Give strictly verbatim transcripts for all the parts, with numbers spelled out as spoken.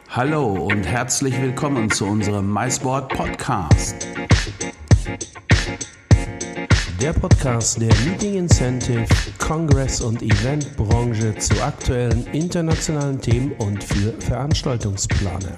Hallo und herzlich willkommen zu unserem MySport Podcast. Der Podcast der Meeting Incentive, Kongress- und Eventbranche zu aktuellen internationalen Themen und für Veranstaltungsplaner.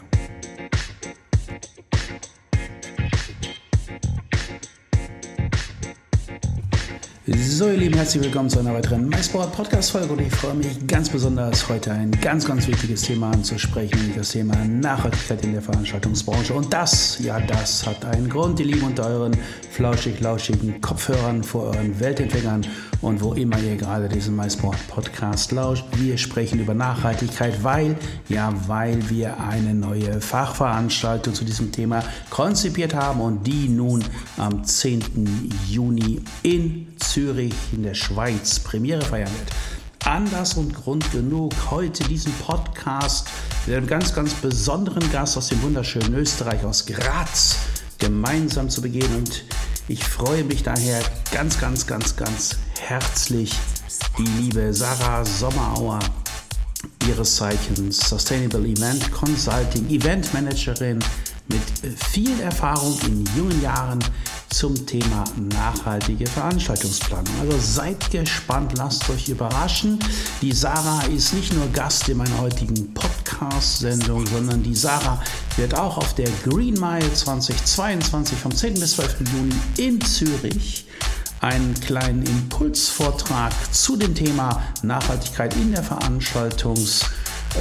So ihr Lieben, herzlich willkommen zu einer weiteren MySport Podcast Folge und ich freue mich ganz besonders, heute ein ganz, ganz wichtiges Thema anzusprechen, nämlich das Thema Nachhaltigkeit in der Veranstaltungsbranche. Und das, ja das hat einen Grund, ihr Lieben, unter euren flauschig-lauschigen Kopfhörern, vor euren Weltempfängern und wo immer ihr gerade diesen MySport Podcast lauscht. Wir sprechen über Nachhaltigkeit, weil, ja weil wir eine neue Fachveranstaltung zu diesem Thema konzipiert haben und die nun am zehnten Juni in Zürich in der Schweiz Premiere feiern wird. Anlass und Grund genug, heute diesen Podcast mit einem ganz, ganz besonderen Gast aus dem wunderschönen Österreich, aus Graz, gemeinsam zu begehen. Und ich freue mich daher ganz, ganz, ganz, ganz herzlich, die liebe Sarah Sommerauer, ihres Zeichens Sustainable Event Consulting, Event Managerin mit viel Erfahrung in jungen Jahren zum Thema nachhaltige Veranstaltungsplanung. Also seid gespannt, lasst euch überraschen. Die Sarah ist nicht nur Gast in meiner heutigen Podcast-Sendung, sondern die Sarah wird auch auf der Green Mile zweitausendzweiundzwanzig vom zehnten bis zwölften Juni in Zürich einen kleinen Impulsvortrag zu dem Thema Nachhaltigkeit in der Veranstaltungsbranche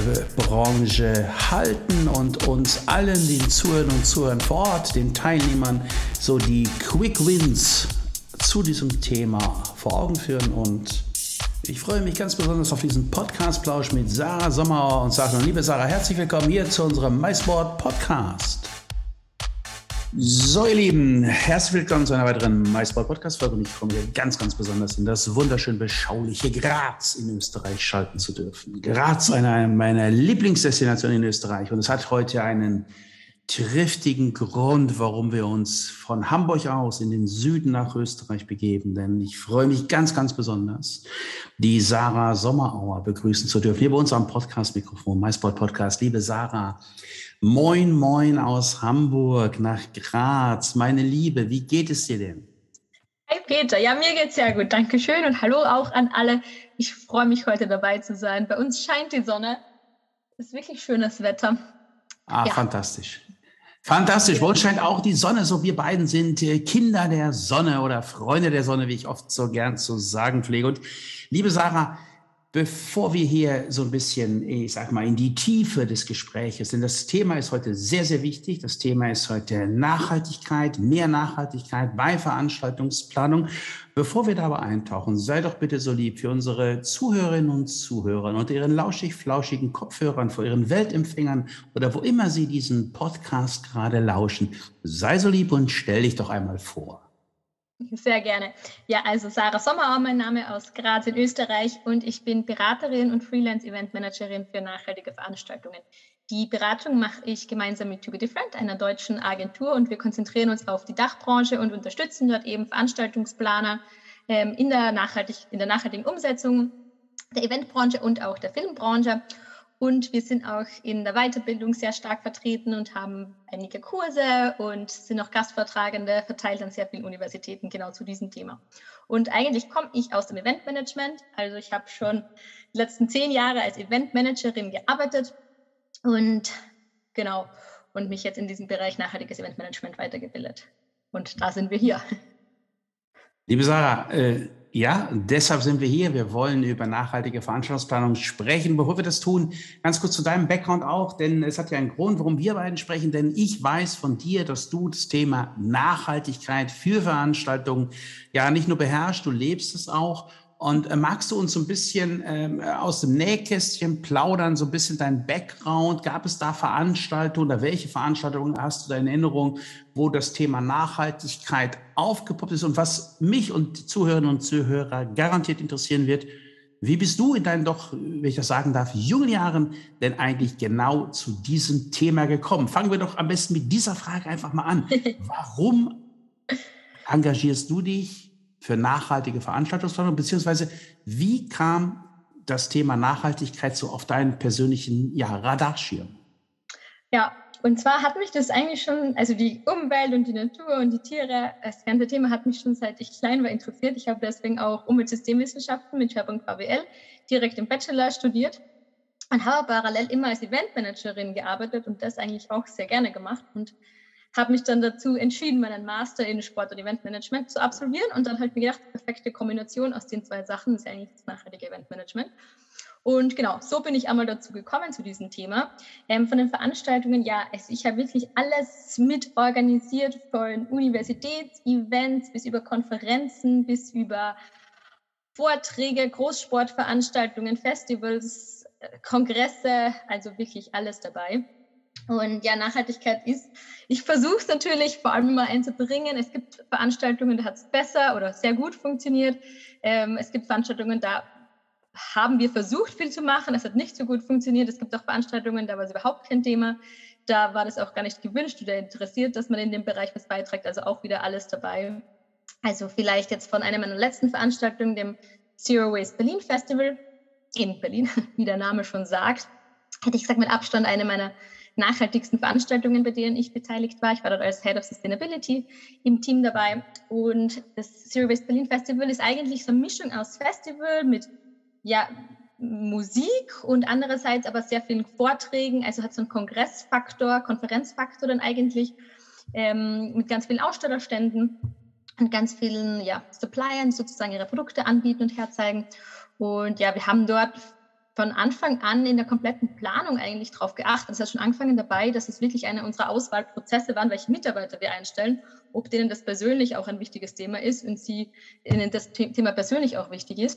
halten und uns allen, den Zuhörern und Zuhörern vor Ort, den Teilnehmern, so die Quick Wins zu diesem Thema vor Augen führen. Und ich freue mich ganz besonders auf diesen Podcast-Plausch mit Sarah Sommerauer und sage, liebe Sarah, herzlich willkommen hier zu unserem MySport Podcast. So ihr Lieben, herzlich willkommen zu einer weiteren MySport Podcast Folge und ich freue mich ganz, ganz besonders in das wunderschön beschauliche Graz in Österreich schalten zu dürfen. Graz, eine meiner Lieblingsdestinationen in Österreich, und es hat heute einen triftigen Grund, warum wir uns von Hamburg aus in den Süden nach Österreich begeben, denn ich freue mich ganz, ganz besonders, die Sarah Sommerauer begrüßen zu dürfen, hier bei uns am Podcast-Mikrofon, MySport Podcast. Liebe Sarah, moin, moin aus Hamburg nach Graz. Meine Liebe, wie geht es dir denn? Hi Peter, ja, mir geht's sehr gut, danke schön und hallo auch an alle. Ich freue mich, heute dabei zu sein. Bei uns scheint die Sonne, es ist wirklich schönes Wetter. Ah, ja. fantastisch. Fantastisch, bei uns scheint auch die Sonne, so wir beiden sind Kinder der Sonne oder Freunde der Sonne, wie ich oft so gern zu sagen pflege. Und liebe Sarah, bevor wir hier so ein bisschen, ich sag mal, in die Tiefe des Gespräches, denn das Thema ist heute sehr, sehr wichtig. Das Thema ist heute Nachhaltigkeit, mehr Nachhaltigkeit bei Veranstaltungsplanung. Bevor wir dabei eintauchen, sei doch bitte so lieb für unsere Zuhörerinnen und Zuhörer unter ihren lauschig-flauschigen Kopfhörern, vor ihren Weltempfängern oder wo immer sie diesen Podcast gerade lauschen. Sei so lieb und stell dich doch einmal vor. Sehr gerne. Ja, also Sarah Sommerauer, mein Name, aus Graz in Österreich, und ich bin Beraterin und Freelance-Event-Managerin für nachhaltige Veranstaltungen. Die Beratung mache ich gemeinsam mit To Be Different, einer deutschen Agentur, und wir konzentrieren uns auf die Dachbranche und unterstützen dort eben Veranstaltungsplaner ähm, in der nachhaltig, in der nachhaltigen Umsetzung der Eventbranche und auch der Filmbranche. Und wir sind auch in der Weiterbildung sehr stark vertreten und haben einige Kurse und sind auch Gastvortragende, verteilt an sehr vielen Universitäten genau zu diesem Thema. Und eigentlich komme ich aus dem Eventmanagement. Also ich habe schon die letzten zehn Jahre als Eventmanagerin gearbeitet und genau und mich jetzt in diesem Bereich nachhaltiges Eventmanagement weitergebildet. Und da sind wir hier. Liebe Sarah, äh ja, deshalb sind wir hier. Wir wollen über nachhaltige Veranstaltungsplanung sprechen. Bevor wir das tun, ganz kurz zu deinem Background auch, denn es hat ja einen Grund, warum wir beiden sprechen, denn ich weiß von dir, dass du das Thema Nachhaltigkeit für Veranstaltungen ja nicht nur beherrschst, du lebst es auch. Und äh, magst du uns so ein bisschen ähm, aus dem Nähkästchen plaudern, so ein bisschen dein Background? Gab es da Veranstaltungen oder welche Veranstaltungen hast du da in Erinnerung, wo das Thema Nachhaltigkeit aufgepoppt ist? Und was mich und die Zuhörerinnen und Zuhörer garantiert interessieren wird, wie bist du in deinen doch, wenn ich das sagen darf, jungen Jahren denn eigentlich genau zu diesem Thema gekommen? Fangen wir doch am besten mit dieser Frage einfach mal an. Warum engagierst du dich für nachhaltige Veranstaltungsplanung, beziehungsweise wie kam das Thema Nachhaltigkeit so auf deinen persönlichen ja, Radarschirm? Ja, und zwar hat mich das eigentlich schon, also die Umwelt und die Natur und die Tiere, das ganze Thema hat mich schon seit ich klein war interessiert. Ich habe deswegen auch Umweltsystemwissenschaften mit Schwerpunkt V W L direkt im Bachelor studiert und habe parallel immer als Eventmanagerin gearbeitet und das eigentlich auch sehr gerne gemacht und habe mich dann dazu entschieden, meinen Master in Sport- und Eventmanagement zu absolvieren und dann habe ich mir gedacht, perfekte Kombination aus den zwei Sachen ist eigentlich das nachhaltige Eventmanagement. Und genau, so bin ich einmal dazu gekommen, zu diesem Thema. Ähm, von den Veranstaltungen, ja, also ich habe wirklich alles mit organisiert, von Universitätsevents bis über Konferenzen, bis über Vorträge, Großsportveranstaltungen, Festivals, Kongresse, also wirklich alles dabei. Und ja, Nachhaltigkeit ist, ich versuche es natürlich vor allem immer einzubringen. Es gibt Veranstaltungen, da hat es besser oder sehr gut funktioniert. Ähm, es gibt Veranstaltungen, da haben wir versucht, viel zu machen. Es hat nicht so gut funktioniert. Es gibt auch Veranstaltungen, da war es überhaupt kein Thema. Da war das auch gar nicht gewünscht oder interessiert, dass man in dem Bereich was beiträgt. Also auch wieder alles dabei. Also vielleicht jetzt von einer meiner letzten Veranstaltungen, dem Zero Waste Berlin Festival in Berlin, wie der Name schon sagt, hätte ich gesagt, mit Abstand eine meiner nachhaltigsten Veranstaltungen, bei denen ich beteiligt war. Ich war dort als Head of Sustainability im Team dabei. Und das Zero Waste Berlin Festival ist eigentlich so eine Mischung aus Festival mit ja, Musik und andererseits aber sehr vielen Vorträgen, also hat so einen Kongressfaktor, Konferenzfaktor dann eigentlich, ähm, mit ganz vielen Ausstellerständen und ganz vielen ja, Suppliern sozusagen ihre Produkte anbieten und herzeigen. Und ja, wir haben dort von Anfang an in der kompletten Planung eigentlich drauf geachtet. Das hat schon angefangen dabei, dass es wirklich eine unserer Auswahlprozesse waren, welche Mitarbeiter wir einstellen, ob denen das persönlich auch ein wichtiges Thema ist und sie, ihnen das Thema persönlich auch wichtig ist.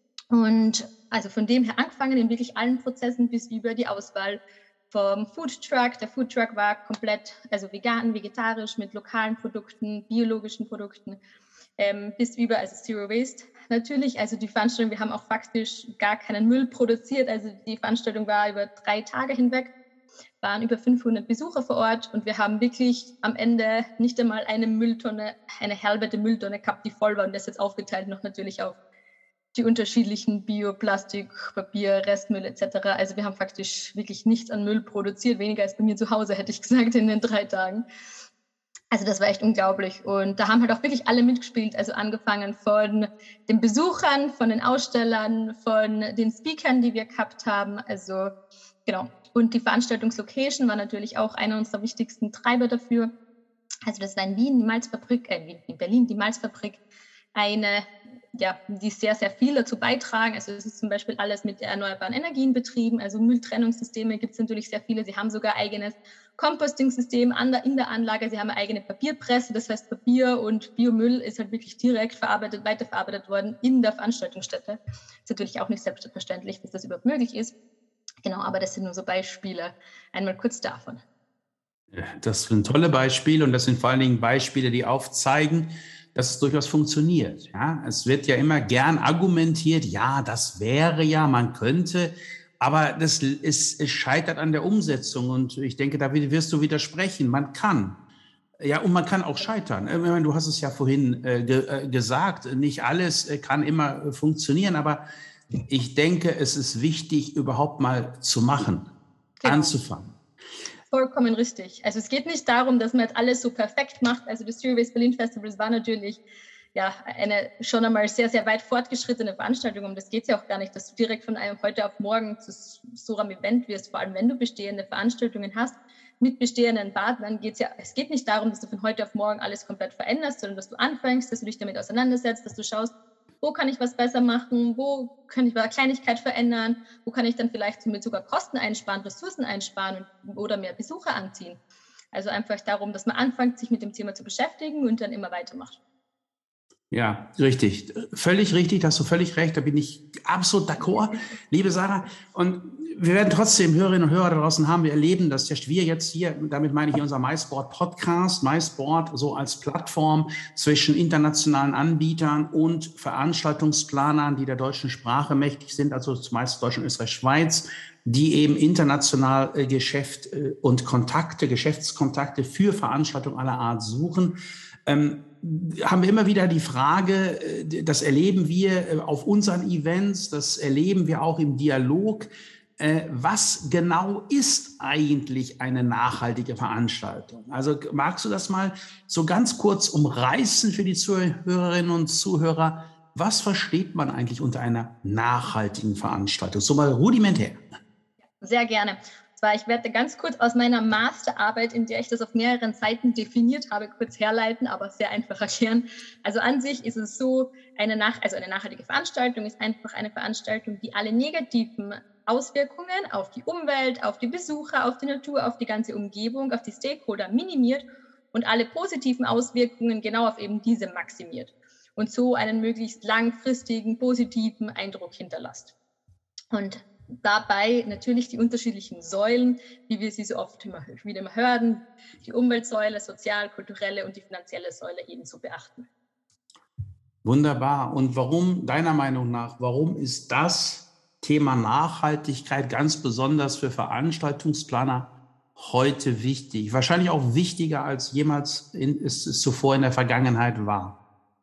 Und also von dem her angefangen in wirklich allen Prozessen bis über die Auswahl vom Foodtruck. Der Foodtruck war komplett, also vegan, vegetarisch mit lokalen Produkten, biologischen Produkten, ähm, bis über, also Zero Waste natürlich. Also die Veranstaltung, wir haben auch faktisch gar keinen Müll produziert. Also die Veranstaltung war über drei Tage hinweg, waren über fünfhundert Besucher vor Ort und wir haben wirklich am Ende nicht einmal eine Mülltonne, eine halbe Mülltonne gehabt, die voll war und das jetzt aufgeteilt noch natürlich auf die unterschiedlichen Bio, Plastik, Papier, Restmüll et cetera. Also wir haben faktisch wirklich nichts an Müll produziert, weniger als bei mir zu Hause, hätte ich gesagt, in den drei Tagen. Also das war echt unglaublich. Und da haben halt auch wirklich alle mitgespielt, also angefangen von den Besuchern, von den Ausstellern, von den Speakern, die wir gehabt haben. Also genau. Und die Veranstaltungslocation war natürlich auch einer unserer wichtigsten Treiber dafür. Also das war in Wien, die Malzfabrik, äh, in Berlin, die Malzfabrik, eine ja, die sehr, sehr viel dazu beitragen. Also es ist zum Beispiel alles mit erneuerbaren Energien betrieben. Also Mülltrennungssysteme gibt es natürlich sehr viele. Sie haben sogar ein eigenes Composting-System in der Anlage. Sie haben eine eigene Papierpresse. Das heißt, Papier und Biomüll ist halt wirklich direkt verarbeitet, weiterverarbeitet worden in der Veranstaltungsstätte. Ist natürlich auch nicht selbstverständlich, dass das überhaupt möglich ist. Genau, aber das sind nur so Beispiele. Einmal kurz davon. Das sind tolle Beispiele und das sind vor allen Dingen Beispiele, die aufzeigen, dass es durchaus funktioniert. Ja, es wird ja immer gern argumentiert, ja, das wäre ja, man könnte, aber das ist, es scheitert an der Umsetzung und ich denke, da wirst du widersprechen. Man kann. Ja, und man kann auch scheitern. Du hast es ja vorhin äh, ge, äh, gesagt, nicht alles kann immer funktionieren, aber ich denke, es ist wichtig, überhaupt mal zu machen, genau. Anzufangen. Vollkommen richtig. Also es geht nicht darum, dass man jetzt alles so perfekt macht. Also das Zero Waste Berlin Festival war natürlich ja eine schon einmal sehr, sehr weit fortgeschrittene Veranstaltung. Um das geht es ja auch gar nicht, dass du direkt von einem heute auf morgen zu so einem Event wirst. Vor allem, wenn du bestehende Veranstaltungen hast mit bestehenden Partnern, geht es ja, es geht nicht darum, dass du von heute auf morgen alles komplett veränderst, sondern dass du anfängst, dass du dich damit auseinandersetzt, dass du schaust, wo kann ich was besser machen, wo kann ich eine Kleinigkeit verändern, wo kann ich dann vielleicht somit sogar Kosten einsparen, Ressourcen einsparen oder mehr Besucher anziehen. Also einfach darum, dass man anfängt, sich mit dem Thema zu beschäftigen und dann immer weitermacht. Ja, richtig. Völlig richtig, da hast du völlig recht, da bin ich absolut d'accord, liebe Sarah. Und wir werden trotzdem Hörerinnen und Hörer da draußen haben. Wir erleben, dass wir jetzt hier, damit meine ich unser MySport-Podcast, MySport so als Plattform zwischen internationalen Anbietern und Veranstaltungsplanern, die der deutschen Sprache mächtig sind, also zumeist Deutschland, Österreich, Schweiz, die eben international äh, Geschäft äh, und Kontakte, Geschäftskontakte für Veranstaltungen aller Art suchen. Ähm, haben wir immer wieder die Frage, das erleben wir auf unseren Events, das erleben wir auch im Dialog. Äh, was genau ist eigentlich eine nachhaltige Veranstaltung? Also magst du das mal so ganz kurz umreißen für die Zuhörerinnen und Zuhörer? Was versteht man eigentlich unter einer nachhaltigen Veranstaltung? So mal rudimentär. Sehr gerne. Und zwar, ich werde ganz kurz aus meiner Masterarbeit, in der ich das auf mehreren Seiten definiert habe, kurz herleiten, aber sehr einfach erklären. Also an sich ist es so, eine, nach, also eine nachhaltige Veranstaltung ist einfach eine Veranstaltung, die alle negativen Auswirkungen auf die Umwelt, auf die Besucher, auf die Natur, auf die ganze Umgebung, auf die Stakeholder minimiert und alle positiven Auswirkungen genau auf eben diese maximiert und so einen möglichst langfristigen, positiven Eindruck hinterlässt. Und dabei natürlich die unterschiedlichen Säulen, wie wir sie so oft immer, wieder immer hören, die Umweltsäule, sozial, kulturelle und die finanzielle Säule ebenso beachten. Wunderbar. Und warum, deiner Meinung nach, warum ist das Thema Nachhaltigkeit ganz besonders für Veranstaltungsplaner heute wichtig? Wahrscheinlich auch wichtiger, als jemals in, es, es zuvor in der Vergangenheit war.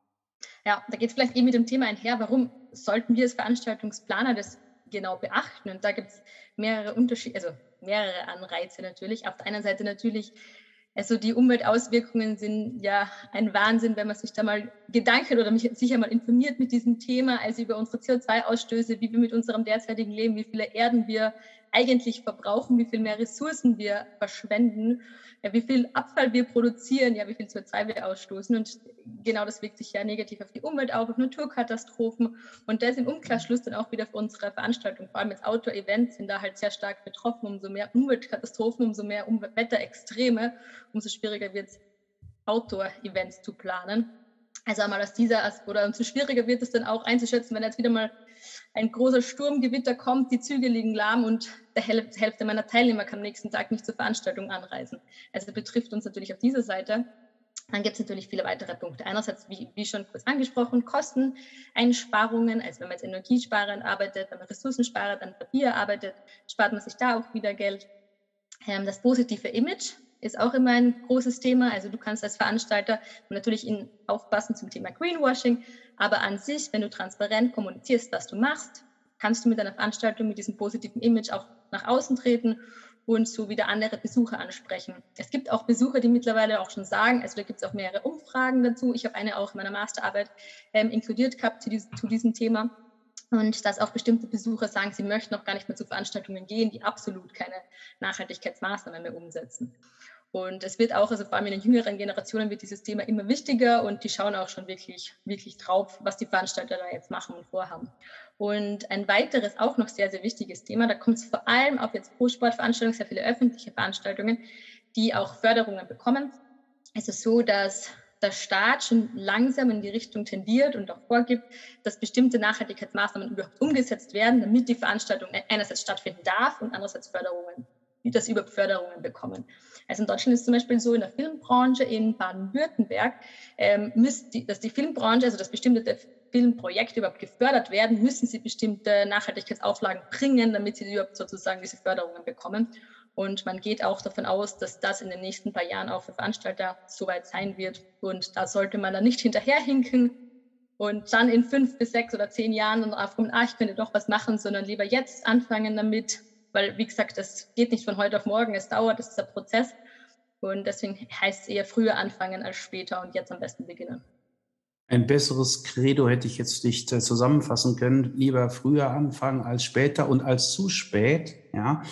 Ja, da geht es vielleicht eben mit dem Thema einher, warum sollten wir als Veranstaltungsplaner das genau beachten? Und da gibt es mehrere Unterschiede, also mehrere Anreize natürlich. Auf der einen Seite natürlich, also die Umweltauswirkungen sind ja ein Wahnsinn, wenn man sich da mal Gedanken oder mich sicher mal informiert mit diesem Thema, also über unsere C O zwei Ausstöße, wie wir mit unserem derzeitigen Leben, wie viele Erden wir eigentlich verbrauchen, wie viel mehr Ressourcen wir verschwenden, ja, wie viel Abfall wir produzieren, ja, wie viel C O zwei wir ausstoßen. Und genau das wirkt sich ja negativ auf die Umwelt auf, auf Naturkatastrophen. Und das im Umkehrschluss dann auch wieder für unsere Veranstaltung, vor allem jetzt Outdoor-Events sind da halt sehr stark betroffen. Umso mehr Umweltkatastrophen, umso mehr Umwelt- Wetterextreme, umso schwieriger wird es, Outdoor-Events zu planen. Also einmal aus dieser, oder umso schwieriger wird es dann auch einzuschätzen, wenn jetzt wieder mal ein großer Sturmgewitter kommt, die Züge liegen lahm und die Hälfte meiner Teilnehmer kann am nächsten Tag nicht zur Veranstaltung anreisen. Also betrifft uns natürlich auf dieser Seite. Dann gibt es natürlich viele weitere Punkte. Einerseits, wie, wie schon kurz angesprochen, Kosteneinsparungen. Also wenn man jetzt energiesparend arbeitet, wenn man ressourcensparend an Papier arbeitet, spart man sich da auch wieder Geld. Ähm, das positive Image ist auch immer ein großes Thema. Also du kannst als Veranstalter natürlich in, aufpassen zum Thema Greenwashing, aber an sich, wenn du transparent kommunizierst, was du machst, kannst du mit deiner Veranstaltung mit diesem positiven Image auch nach außen treten und so wieder andere Besucher ansprechen. Es gibt auch Besucher, die mittlerweile auch schon sagen, also da gibt es auch mehrere Umfragen dazu. Ich habe eine auch in meiner Masterarbeit ähm, inkludiert gehabt zu diesem, zu diesem Thema. Und dass auch bestimmte Besucher sagen, sie möchten auch gar nicht mehr zu Veranstaltungen gehen, die absolut keine Nachhaltigkeitsmaßnahmen mehr umsetzen. Und es wird auch, also vor allem in den jüngeren Generationen wird dieses Thema immer wichtiger und die schauen auch schon wirklich, wirklich drauf, was die Veranstalter da jetzt machen und vorhaben. Und ein weiteres, auch noch sehr, sehr wichtiges Thema, da kommt es vor allem auf jetzt pro Sportveranstaltungen, sehr viele öffentliche Veranstaltungen, die auch Förderungen bekommen. Es ist so, dass der Staat schon langsam in die Richtung tendiert und auch vorgibt, dass bestimmte Nachhaltigkeitsmaßnahmen überhaupt umgesetzt werden, damit die Veranstaltung einerseits stattfinden darf und andererseits Förderungen, dass überhaupt Förderungen bekommen. Also in Deutschland ist zum Beispiel so, in der Filmbranche in Baden-Württemberg, ähm, müsst die, dass die Filmbranche, also dass bestimmte Filmprojekte überhaupt gefördert werden, müssen sie bestimmte Nachhaltigkeitsauflagen bringen, damit sie überhaupt sozusagen diese Förderungen bekommen. Und man geht auch davon aus, dass das in den nächsten paar Jahren auch für Veranstalter soweit sein wird. Und da sollte man dann nicht hinterherhinken und dann in fünf bis sechs oder zehn Jahren dann aufkommen, ah, ich könnte doch was machen, sondern lieber jetzt anfangen damit. Weil, wie gesagt, das geht nicht von heute auf morgen, es dauert, das ist ein Prozess. Und deswegen heißt es eher früher anfangen als später und jetzt am besten beginnen. Ein besseres Credo hätte ich jetzt nicht zusammenfassen können. Lieber früher anfangen als später und als zu spät. Ja.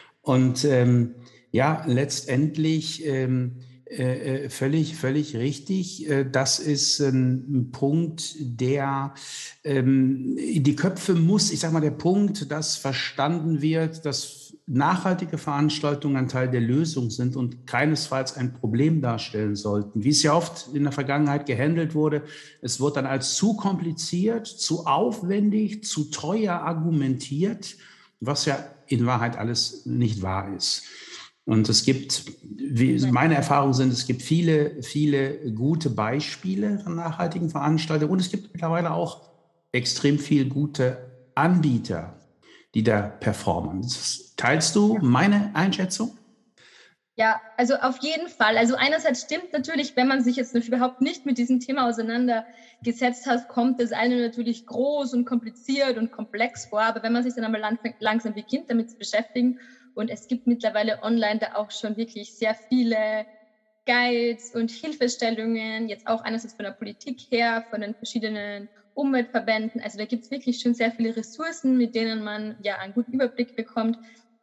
Und ähm, ja, letztendlich ähm, äh, völlig, völlig richtig. Äh, das ist ein Punkt, der ähm, in die Köpfe muss. Ich sage mal, der Punkt, dass verstanden wird, dass nachhaltige Veranstaltungen ein Teil der Lösung sind und keinesfalls ein Problem darstellen sollten. Wie es ja oft in der Vergangenheit gehandelt wurde, es wird dann als zu kompliziert, zu aufwendig, zu teuer argumentiert, was ja in Wahrheit alles nicht wahr ist. Und es gibt, wie meine Erfahrungen sind, es gibt viele, viele gute Beispiele von nachhaltigen Veranstaltungen und es gibt mittlerweile auch extrem viele gute Anbieter, die da performen. Teilst du meine Einschätzung? Ja, also auf jeden Fall. Also einerseits stimmt natürlich, wenn man sich jetzt überhaupt nicht mit diesem Thema auseinandergesetzt hat, kommt das eine natürlich groß und kompliziert und komplex vor. Aber wenn man sich dann einmal lang, langsam beginnt, damit zu beschäftigen, und es gibt mittlerweile online da auch schon wirklich sehr viele Guides und Hilfestellungen, jetzt auch einerseits von der Politik her, von den verschiedenen Umweltverbänden. Also da gibt es wirklich schon sehr viele Ressourcen, mit denen man ja einen guten Überblick bekommt.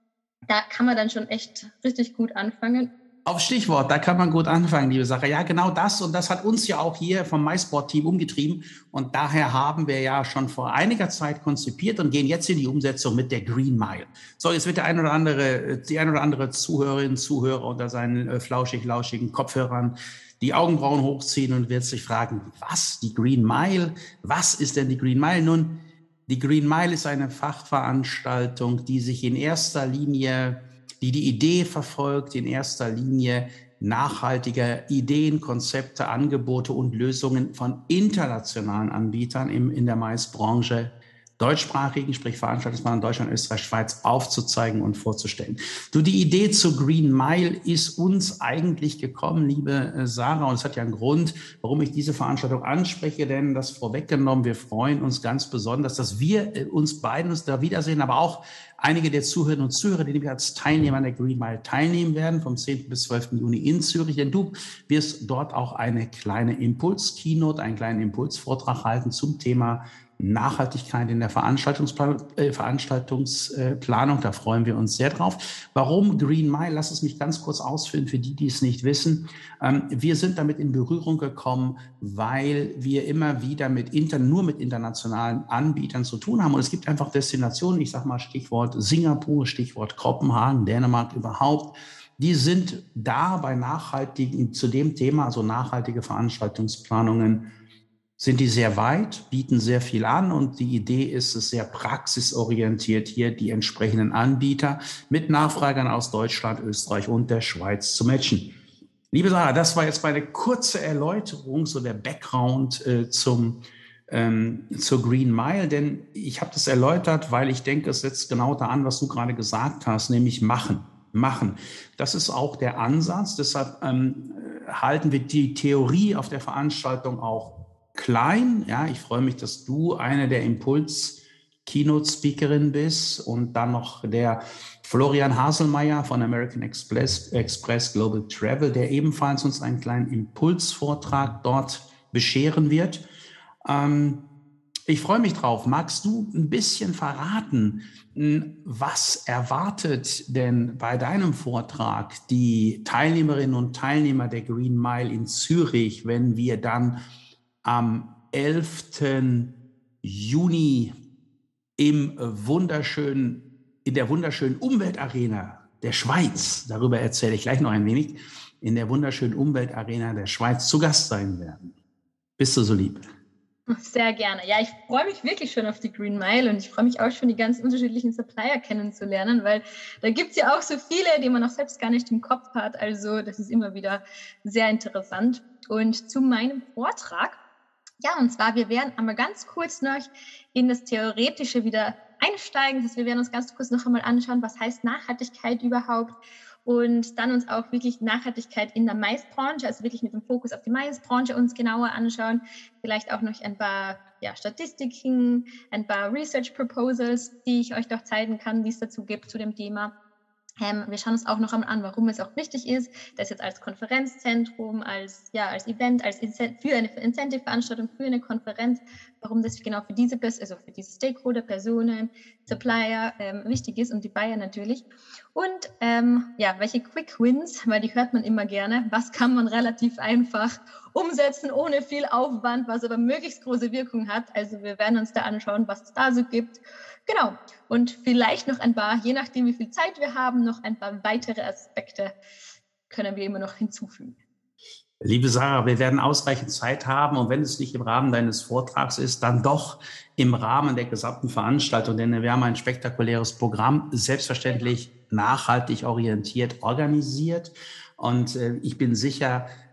Da kann man dann schon echt richtig gut anfangen. Auf Stichwort, da kann man gut anfangen, liebe Sarah. Ja, genau das. Und das hat uns ja auch hier vom MySport-Team umgetrieben. Und daher haben wir ja schon vor einiger Zeit konzipiert und gehen jetzt in die Umsetzung mit der Green Mile. So, jetzt wird der ein oder andere, die ein oder andere Zuhörerin, Zuhörer unter seinen äh, flauschig-lauschigen Kopfhörern die Augenbrauen hochziehen und wird sich fragen, was, die Green Mile? Was ist denn die Green Mile? Nun, die Green Mile ist eine Fachveranstaltung, die sich in erster Linie, die die Idee verfolgt, in erster Linie nachhaltige Ideen, Konzepte, Angebote und Lösungen von internationalen Anbietern im, in der Maisbranche, deutschsprachigen, sprich Veranstaltungspartner Deutschland, Österreich, Schweiz, aufzuzeigen und vorzustellen. Du, die Idee zur Green Mile ist uns eigentlich gekommen, liebe Sarah, und es hat ja einen Grund, warum ich diese Veranstaltung anspreche, denn das vorweggenommen, wir freuen uns ganz besonders, dass wir uns beiden uns da wiedersehen, aber auch einige der Zuhörerinnen und Zuhörer, die nämlich als Teilnehmer an der Green Mile teilnehmen werden, vom zehnten bis zwölften Juni in Zürich, denn du wirst dort auch eine kleine Impuls-Keynote, einen kleinen Impulsvortrag halten zum Thema Nachhaltigkeit in der Veranstaltungsplanung, äh, Veranstaltungsplanung. Da freuen wir uns sehr drauf. Warum Green Mile? Lass es mich ganz kurz ausführen für die, die es nicht wissen. Ähm, wir sind damit in Berührung gekommen, weil wir immer wieder mit inter, nur mit internationalen Anbietern zu tun haben. Und es gibt einfach Destinationen, ich sage mal Stichwort Singapur, Stichwort Kopenhagen, Dänemark überhaupt. Die sind da bei nachhaltigen, zu dem Thema, also nachhaltige Veranstaltungsplanungen, sind die sehr weit, bieten sehr viel an und die Idee ist es sehr praxisorientiert, hier die entsprechenden Anbieter mit Nachfragern aus Deutschland, Österreich und der Schweiz zu matchen. Liebe Sarah, das war jetzt meine kurze Erläuterung, so der Background äh, zum, ähm, zur Green Mile, denn ich habe das erläutert, weil ich denke, es setzt genau da an, was du gerade gesagt hast, nämlich machen. Machen. Das ist auch der Ansatz, deshalb ähm, halten wir die Theorie auf der Veranstaltung auch klein. Ja, ich freue mich, dass du eine der Impuls-Keynote-Speakerin bist und dann noch der Florian Haselmeier von American Express, Express Global Travel, der ebenfalls uns einen kleinen Impulsvortrag dort bescheren wird. Ähm, ich freue mich drauf. Magst du ein bisschen verraten, was erwartet denn bei deinem Vortrag die Teilnehmerinnen und Teilnehmer der Green Mile in Zürich, wenn wir dann am elften Juni im wunderschönen, in der wunderschönen Umweltarena der Schweiz, darüber erzähle ich gleich noch ein wenig, in der wunderschönen Umweltarena der Schweiz zu Gast sein werden. Bist du so lieb? Sehr gerne. Ja, ich freue mich wirklich schon auf die Green Mile und ich freue mich auch schon, die ganz unterschiedlichen Supplier kennenzulernen, weil da gibt es ja auch so viele, die man auch selbst gar nicht im Kopf hat. Also das ist immer wieder sehr interessant. Und zu meinem Vortrag, ja, und zwar, wir werden einmal ganz kurz noch in das Theoretische wieder einsteigen. Das heißt, wir werden uns ganz kurz noch einmal anschauen, was heißt Nachhaltigkeit überhaupt und dann uns auch wirklich Nachhaltigkeit in der Maisbranche, also wirklich mit dem Fokus auf die Maisbranche uns genauer anschauen. Vielleicht auch noch ein paar ja, Statistiken, ein paar Research Proposals, die ich euch doch zeigen kann, die es dazu gibt zu dem Thema. Ähm, wir schauen uns auch noch einmal an, warum es auch wichtig ist, das jetzt als Konferenzzentrum, als, ja, als Event, als Incent- für eine Incentive-Veranstaltung, für eine Konferenz, warum das genau für diese, also für diese Stakeholder, Personen, Supplier ähm, wichtig ist und die Buyer natürlich. Und ähm, ja, welche Quick Wins, weil die hört man immer gerne, was kann man relativ einfach umsetzen, ohne viel Aufwand, was aber möglichst große Wirkung hat. Also wir werden uns da anschauen, was es da so gibt. Genau. Und vielleicht noch ein paar, je nachdem, wie viel Zeit wir haben, noch ein paar weitere Aspekte können wir immer noch hinzufügen. Liebe Sarah, wir werden ausreichend Zeit haben und wenn es nicht im Rahmen deines Vortrags ist, dann doch im Rahmen der gesamten Veranstaltung, denn wir haben ein spektakuläres Programm, selbstverständlich nachhaltig orientiert organisiert und äh, ich bin sicher,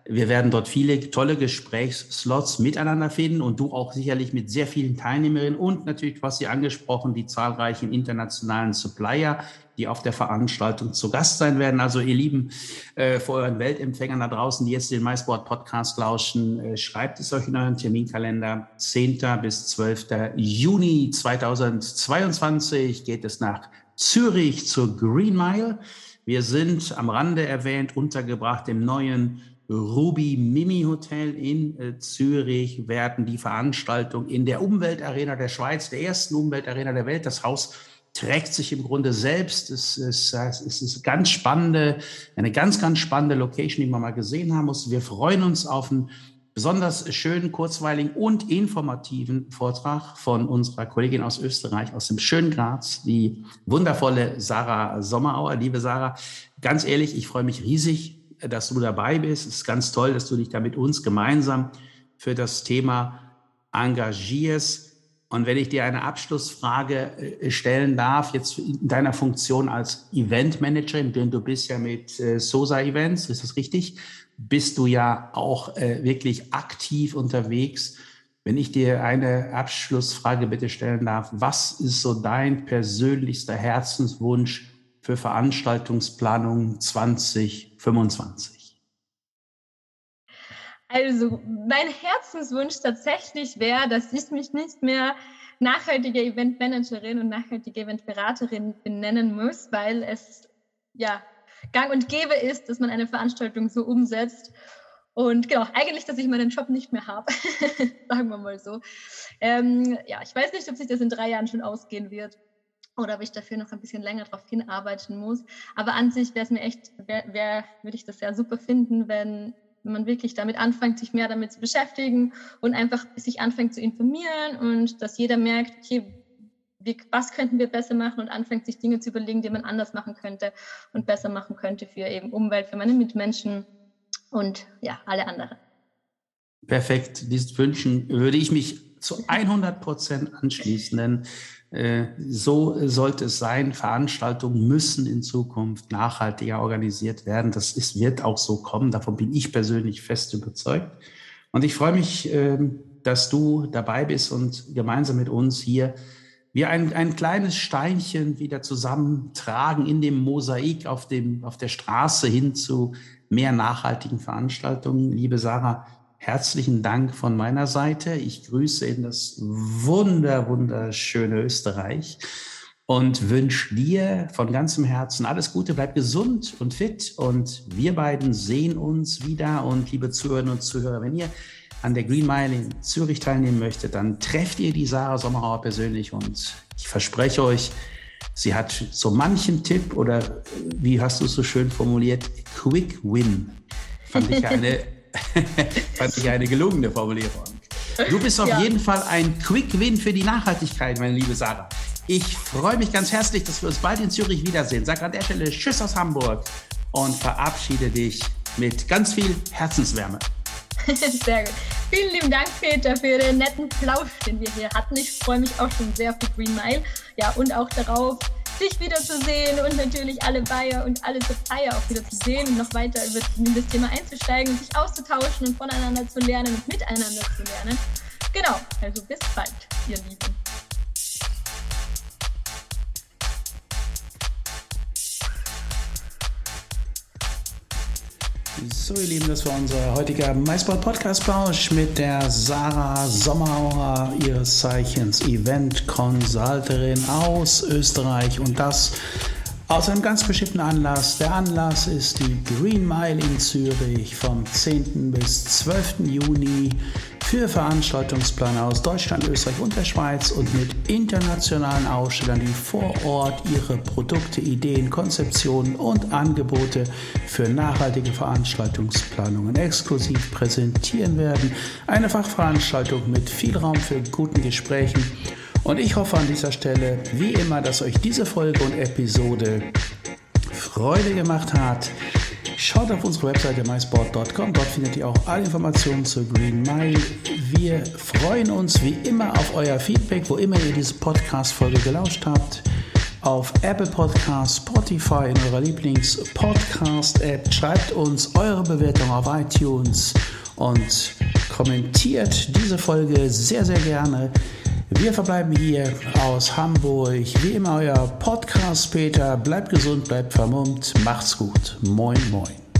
Wir werden dort viele tolle Gesprächsslots miteinander finden und du auch sicherlich mit sehr vielen Teilnehmerinnen und natürlich, du hast sie angesprochen, die zahlreichen internationalen Supplier, die auf der Veranstaltung zu Gast sein werden. Also ihr Lieben, äh, vor euren Weltempfängern da draußen, die jetzt den MySport-Podcast lauschen, äh, schreibt es euch in euren Terminkalender. zehnten bis zwölften Juni zweitausendzweiundzwanzig geht es nach Zürich zur Green Mile. Wir sind am Rande erwähnt untergebracht im neuen Ruby Mimi Hotel in äh, Zürich, werden die Veranstaltung in der Umweltarena der Schweiz, der ersten Umweltarena der Welt. Das Haus trägt sich im Grunde selbst. Es ist, es ist ganz spannende, eine ganz, ganz spannende Location, die man mal gesehen haben muss. Wir freuen uns auf einen besonders schönen, kurzweiligen und informativen Vortrag von unserer Kollegin aus Österreich, aus dem schönen Graz, die wundervolle Sarah Sommerauer. Liebe Sarah, ganz ehrlich, ich freue mich riesig, dass du dabei bist. Es ist ganz toll, dass du dich da mit uns gemeinsam für das Thema engagierst. Und wenn ich dir eine Abschlussfrage stellen darf, jetzt in deiner Funktion als Eventmanagerin, denn du bist ja mit äh, SOSA Events, ist das richtig? Bist du ja auch äh, wirklich aktiv unterwegs. Wenn ich dir eine Abschlussfrage bitte stellen darf, was ist so dein persönlichster Herzenswunsch für Veranstaltungsplanung zwanzig fünfundzwanzig? Also mein Herzenswunsch tatsächlich wäre, dass ich mich nicht mehr nachhaltige Eventmanagerin und nachhaltige Eventberaterin benennen muss, weil es ja gang und gäbe ist, dass man eine Veranstaltung so umsetzt. Und genau, eigentlich, dass ich meinen Job nicht mehr habe, sagen wir mal so. Ähm, ja, ich weiß nicht, ob sich das in drei Jahren schon ausgehen wird oder ob ich dafür noch ein bisschen länger darauf hinarbeiten muss. Aber an sich wäre es mir echt, wär, wär, würde ich das sehr super finden, wenn man wirklich damit anfängt, sich mehr damit zu beschäftigen und einfach sich anfängt zu informieren und dass jeder merkt, okay, wie, was könnten wir besser machen und anfängt, sich Dinge zu überlegen, die man anders machen könnte und besser machen könnte für eben Umwelt, für meine Mitmenschen und ja, alle anderen. Perfekt. Diesen Wünschen würde ich mich zu hundert Prozent anschließen, denn äh, so sollte es sein. Veranstaltungen müssen in Zukunft nachhaltiger organisiert werden. Das ist, wird auch so kommen. Davon bin ich persönlich fest überzeugt. Und ich freue mich, äh, dass du dabei bist und gemeinsam mit uns hier wir ein, ein kleines Steinchen wieder zusammentragen in dem Mosaik auf, dem, auf der Straße hin zu mehr nachhaltigen Veranstaltungen. Liebe Sarah, herzlichen Dank von meiner Seite. Ich grüße in das wunder, wunderschöne Österreich und wünsche dir von ganzem Herzen alles Gute. Bleib gesund und fit und wir beiden sehen uns wieder. Und liebe Zuhörerinnen und Zuhörer, wenn ihr an der Green Mile in Zürich teilnehmen möchtet, dann trefft ihr die Sarah Sommerauer persönlich und ich verspreche euch, sie hat so manchen Tipp oder wie hast du es so schön formuliert, Quick Win. Fand ich eine, fand ich eine gelungene Formulierung. Du bist auf ja. jeden Fall ein Quick Win für die Nachhaltigkeit, meine liebe Sarah. Ich freue mich ganz herzlich, dass wir uns bald in Zürich wiedersehen. Sag an der Stelle Tschüss aus Hamburg und verabschiede dich mit ganz viel Herzenswärme. Sehr gut. Vielen lieben Dank, Peter, für den netten Plausch, den wir hier hatten. Ich freue mich auch schon sehr für Green Mile. Ja, und auch darauf, dich wiederzusehen und natürlich alle Buyer und alle Supplier auch wieder zu sehen und noch weiter in das Thema einzusteigen und sich auszutauschen und voneinander zu lernen und miteinander zu lernen. Genau, also bis bald, ihr Lieben. So, ihr Lieben, das war unser heutiger MySport-Podcast-Plausch mit der Sarah Sommerauer, ihres Zeichens Event-Consulterin aus Österreich und das aus einem ganz bestimmten Anlass. Der Anlass ist die Green Mile in Zürich vom zehnten bis zwölften Juni für Veranstaltungsplaner aus Deutschland, Österreich und der Schweiz und mit internationalen Ausstellern, die vor Ort ihre Produkte, Ideen, Konzeptionen und Angebote für nachhaltige Veranstaltungsplanungen exklusiv präsentieren werden. Eine Fachveranstaltung mit viel Raum für guten Gesprächen. Und ich hoffe an dieser Stelle, wie immer, dass euch diese Folge und Episode Freude gemacht hat. Schaut auf unsere Webseite my sport punkt com, dort findet ihr auch alle Informationen zur Green Mile. Wir freuen uns wie immer auf euer Feedback, wo immer ihr diese Podcast-Folge gelauscht habt. auf Apple Podcasts, Spotify, in eurer Lieblings-Podcast-App. Schreibt uns eure Bewertung auf iTunes und kommentiert diese Folge sehr, sehr gerne. Wir verbleiben hier aus Hamburg. Wie immer euer Podcast Peter. Bleibt gesund, bleibt vermummt. Macht's gut. Moin, moin.